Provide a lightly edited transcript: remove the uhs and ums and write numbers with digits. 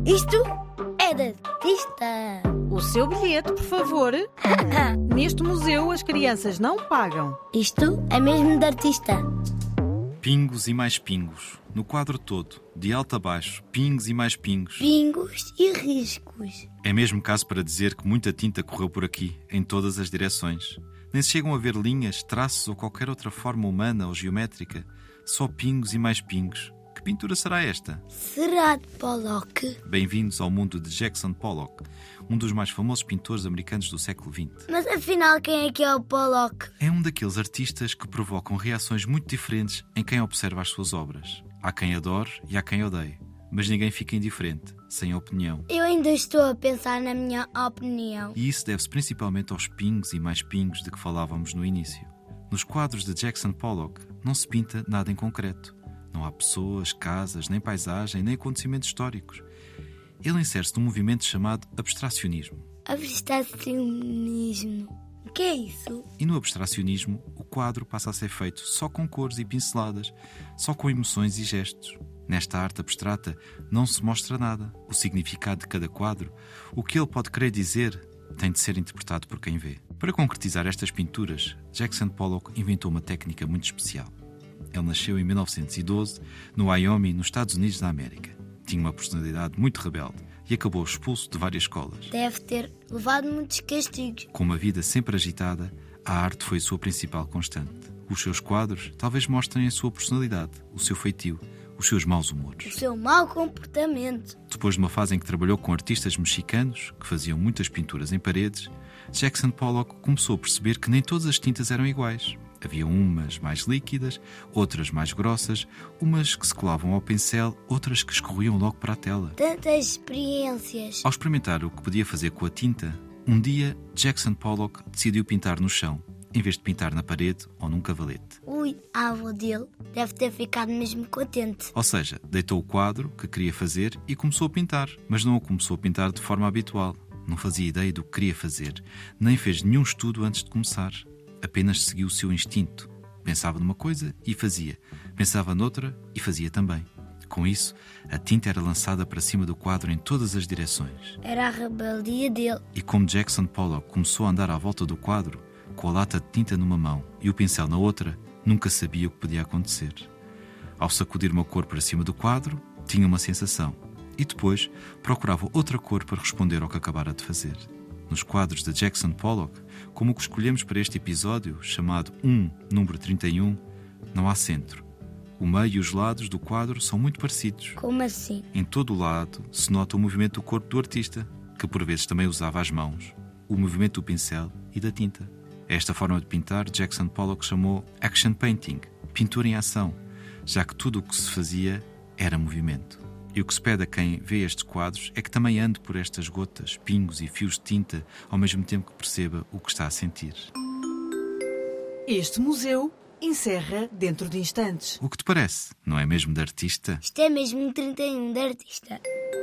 Isto é de artista. O seu bilhete, por favor. Neste museu as crianças não pagam. Isto é mesmo de artista. Pingos e mais pingos. No quadro todo, de alto a baixo, pingos e mais pingos. Pingos e riscos. É mesmo caso para dizer que muita tinta correu por aqui, em todas as direções. Nem se chegam a ver linhas, traços ou qualquer outra forma humana ou geométrica. Só pingos e mais pingos. Que pintura será esta? Será de Pollock? Bem-vindos ao mundo de Jackson Pollock, um dos mais famosos pintores americanos do século XX. Mas afinal, quem é que é o Pollock? É um daqueles artistas que provocam reações muito diferentes em quem observa as suas obras. Há quem adore e há quem odeie, mas ninguém fica indiferente, sem opinião. Eu ainda estou a pensar na minha opinião. E isso deve-se principalmente aos pingos e mais pingos de que falávamos no início. Nos quadros de Jackson Pollock não se pinta nada em concreto. Não há pessoas, casas, nem paisagem, nem acontecimentos históricos. Ele insere-se num movimento chamado abstracionismo. Abstracionismo. O que é isso? E no abstracionismo, o quadro passa a ser feito só com cores e pinceladas, só com emoções e gestos. Nesta arte abstrata não se mostra nada. O significado de cada quadro, o que ele pode querer dizer, tem de ser interpretado por quem vê. Para concretizar estas pinturas, Jackson Pollock inventou uma técnica muito especial. Ele nasceu em 1912, no Wyoming, nos Estados Unidos da América. Tinha uma personalidade muito rebelde e acabou expulso de várias escolas. Deve ter levado muitos castigos. Com uma vida sempre agitada, a arte foi a sua principal constante. Os seus quadros talvez mostrem a sua personalidade, o seu feitio, os seus maus humores. O seu mau comportamento. Depois de uma fase em que trabalhou com artistas mexicanos, que faziam muitas pinturas em paredes, Jackson Pollock começou a perceber que nem todas as tintas eram iguais. Havia umas mais líquidas, outras mais grossas, umas que se colavam ao pincel, outras que escorriam logo para a tela. Tantas experiências. Ao experimentar o que podia fazer com a tinta, um dia Jackson Pollock decidiu pintar no chão, em vez de pintar na parede ou num cavalete. A avó dele deve ter ficado mesmo contente. Ou seja, deitou o quadro que queria fazer e começou a pintar, mas não o começou a pintar de forma habitual. Não fazia ideia do que queria fazer, nem fez nenhum estudo antes de começar. Apenas seguiu o seu instinto. Pensava numa coisa e fazia. Pensava noutra e fazia também. Com isso, a tinta era lançada para cima do quadro em todas as direções. Era a rebeldia dele. E como Jackson Pollock começou a andar à volta do quadro, com a lata de tinta numa mão e o pincel na outra, nunca sabia o que podia acontecer. Ao sacudir uma cor para cima do quadro, tinha uma sensação. E depois procurava outra cor para responder ao que acabara de fazer. Nos quadros de Jackson Pollock, como o que escolhemos para este episódio, chamado número 31, não há centro. O meio e os lados do quadro são muito parecidos. Como assim? Em todo o lado se nota o movimento do corpo do artista, que por vezes também usava as mãos, o movimento do pincel e da tinta. Esta forma de pintar, Jackson Pollock chamou action painting, pintura em ação, já que tudo o que se fazia era movimento. E o que se pede a quem vê estes quadros é que também ande por estas gotas, pingos e fios de tinta, ao mesmo tempo que perceba o que está a sentir. Este museu encerra dentro de instantes. O que te parece? Não é mesmo de artista? Isto é mesmo 31 de artista.